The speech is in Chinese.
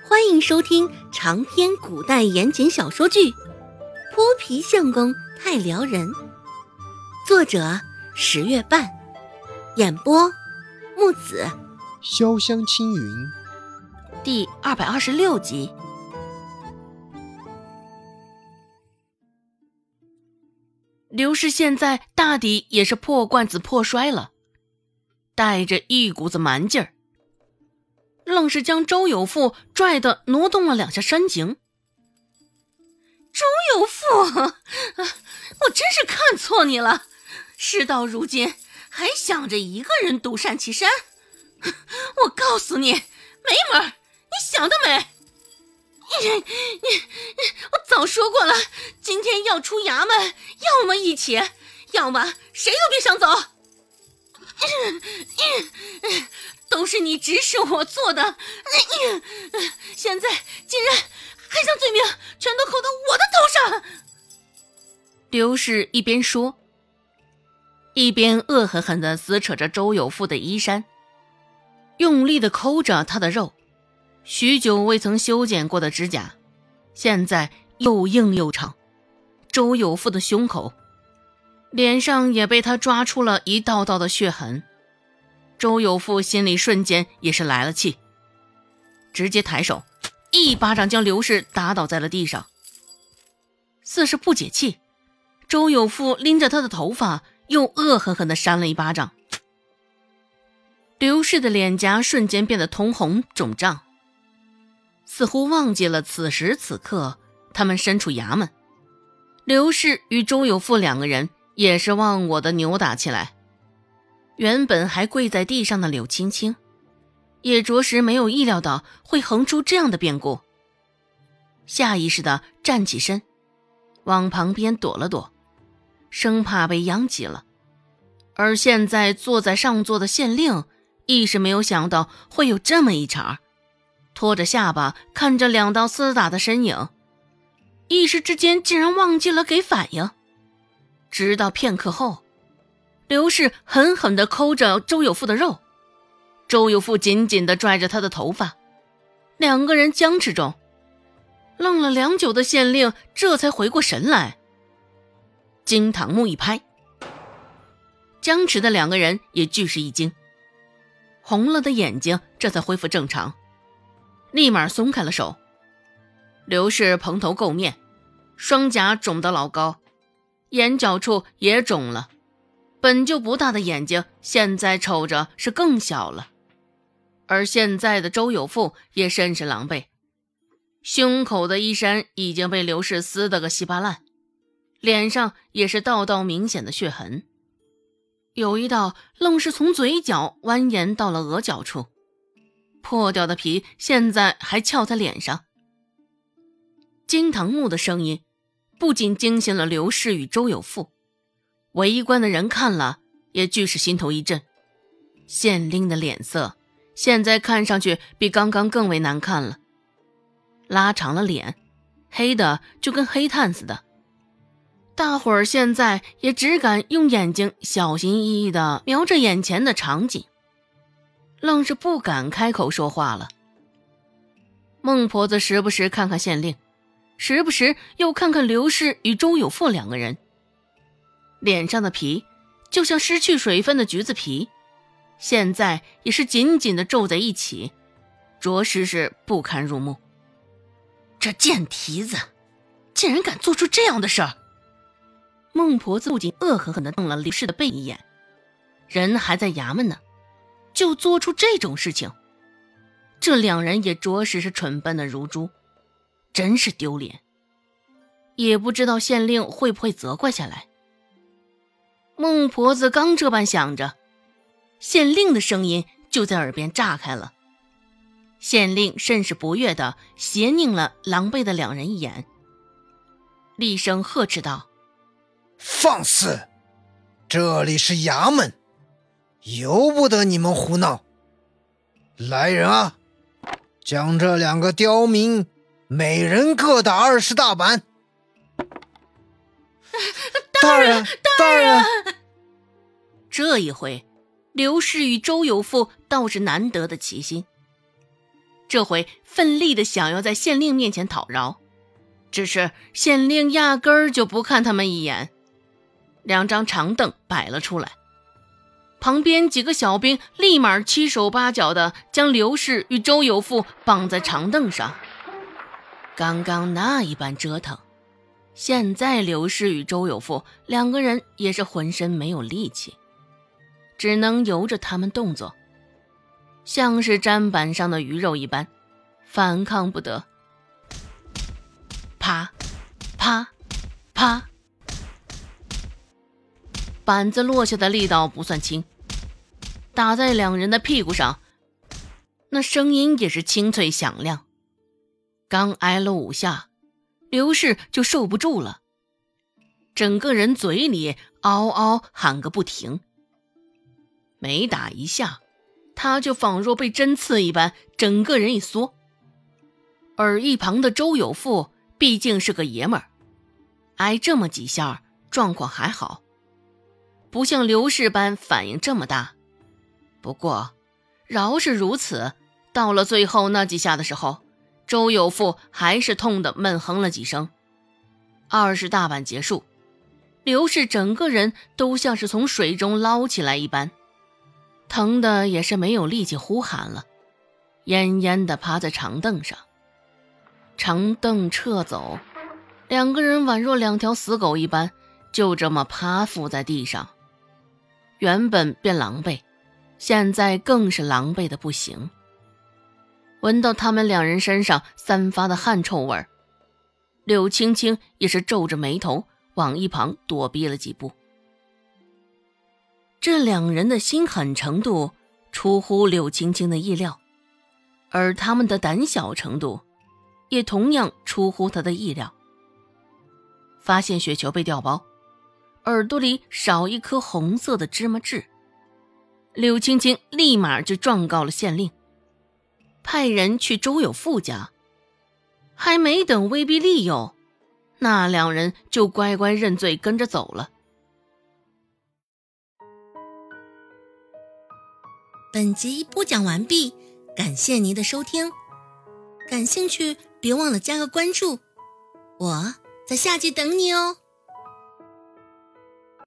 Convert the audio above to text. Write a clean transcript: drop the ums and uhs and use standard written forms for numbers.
欢迎收听长篇古代言情小说剧《泼皮相公太撩人》，作者十月半，演播木子潇湘青云， 第226集。 刘氏现在大抵也是破罐子破摔了，带着一股子蛮劲儿，愣是将周有富拽得挪动了两下身形。 周有富，我真是看错你了，事到如今还想着一个人独善其身，我告诉你没门儿，你想得美！我早说过了，今天要出衙门，要么一起，要么谁都别想走。都是你指使我做的，现在竟然还将罪名全都扣到我的头上。 刘氏一边说，一边恶狠狠地撕扯着周有富的衣衫，用力地抠着他的肉。许久未曾修剪过的指甲，现在又硬又长。周有富的胸口、脸上也被他抓出了一道道的血痕。周有富心里瞬间也是来了气，直接抬手一巴掌将刘氏打倒在了地上。似是不解气，周有富拎着他的头发又恶狠狠地扇了一巴掌。刘氏的脸颊瞬间变得通红肿胀，似乎忘记了此时此刻他们身处衙门。刘氏与周有富两个人也是忘我的扭打起来。原本还跪在地上的柳青青也着实没有意料到会横出这样的变故，下意识地站起身往旁边躲了躲，生怕被殃及了。而现在坐在上座的县令亦是没有想到会有这么一茬，拖着下巴看着两道厮打的身影，一时之间竟然忘记了给反应。直到片刻后，刘氏狠狠地抠着周有富的肉，周有富紧紧地拽着他的头发，两个人僵持中，愣了良久的县令这才回过神来，惊堂木一拍，僵持的两个人也俱是一惊，红了的眼睛这才恢复正常，立马松开了手。刘氏蓬头垢面，双颊肿得老高，眼角处也肿了，本就不大的眼睛现在瞅着是更小了。而现在的周有富也甚是狼狈，胸口的衣衫已经被刘氏撕得个稀巴烂，脸上也是道道明显的血痕，有一道愣是从嘴角蜿蜒到了额角处，破掉的皮现在还翘在脸上。惊堂木的声音不仅惊醒了刘氏与周有富，围观的人看了也俱是心头一震。县令的脸色现在看上去比刚刚更为难看了，拉长了脸，黑的就跟黑炭似的。大伙儿现在也只敢用眼睛小心翼翼地瞄着眼前的场景，愣是不敢开口说话了。孟婆子时不时看看县令，时不时又看看刘氏与周有富两个人，脸上的皮就像失去水分的橘子皮，现在也是紧紧地皱在一起，着实是不堪入目。 这贱蹄子竟然敢做出这样的事儿！ 孟婆子不仅恶狠狠地瞪了刘氏的背一眼，人还在衙门呢，就做出这种事情，这两人也着实是蠢笨的如猪，真是丢脸，也不知道县令会不会责怪下来。孟婆子刚这般想着，县令的声音就在耳边炸开了。县令甚是不悦地斜睨了狼狈的两人一眼，厉声呵斥道： 放肆！这里是衙门，由不得你们胡闹。来人啊，将这两个刁民每人各打20大板。大人，大人！ 这一回刘氏与周有富倒是难得的齐心， 这回奋力的想要在县令面前讨饶，只是县令压根儿就不看他们一眼。2张长凳摆了出来，旁边几个小兵立马七手八脚的将刘氏与周有富绑在长凳上。刚刚那一般折腾，现在刘氏与周有富2个人也是浑身没有力气，只能由着他们动作，像是砧板上的鱼肉一般，反抗不得。啪啪啪，板子落下的力道不算轻，打在2人的屁股上，那声音也是清脆响亮。刚挨了5下，刘氏就受不住了，整个人嘴里嗷嗷喊个不停。每打1下，他就仿若被针刺一般，整个人一缩。而一旁的周有富毕竟是个爷们儿，挨这么几下状况还好，不像刘氏般反应这么大。不过饶是如此，到了最后那几下的时候，周有富还是痛得闷哼了几声。20大板结束，刘氏整个人都像是从水中捞起来一般，疼的也是没有力气呼喊了，奄奄地趴在长凳上。长凳撤走，2个人宛若2条死狗一般，就这么趴伏在地上。原本便狼狈，现在更是狼狈的不行。闻到他们2人身上散发的汗臭味，柳青青也是皱着眉头往一旁躲避了几步。这2人的心狠程度出乎柳青青的意料，而他们的胆小程度也同样出乎他的意料。发现雪球被调包，耳朵里少一颗红色的芝麻痣，柳青青立马就状告了县令，派人去周有富家。还没等威逼利诱，那2人就乖乖认罪跟着走了。 本集播讲完毕，感谢您的收听。感兴趣别忘了加个关注，我在下集等你哦。